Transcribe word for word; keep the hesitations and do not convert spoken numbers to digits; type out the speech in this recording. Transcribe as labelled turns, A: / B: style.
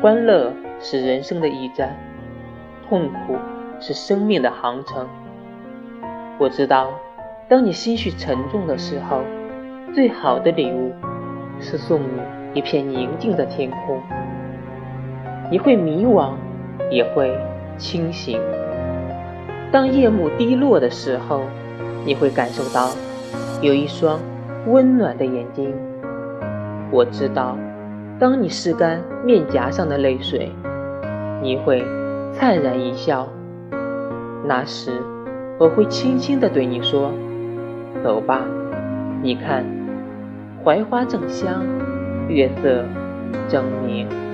A: 欢乐是人生的驿站，痛苦是生命的航程。我知道，当你心绪沉重的时候，最好的礼物是送你一片宁静的天空。你会迷惘，也会清醒。当夜幕低落的时候，你会感受到有一双温暖的眼睛。我知道，当你拭干面颊上的泪水，你会灿然一笑。那时我会轻轻地对你说，走吧，你看，槐花正香，月色正明。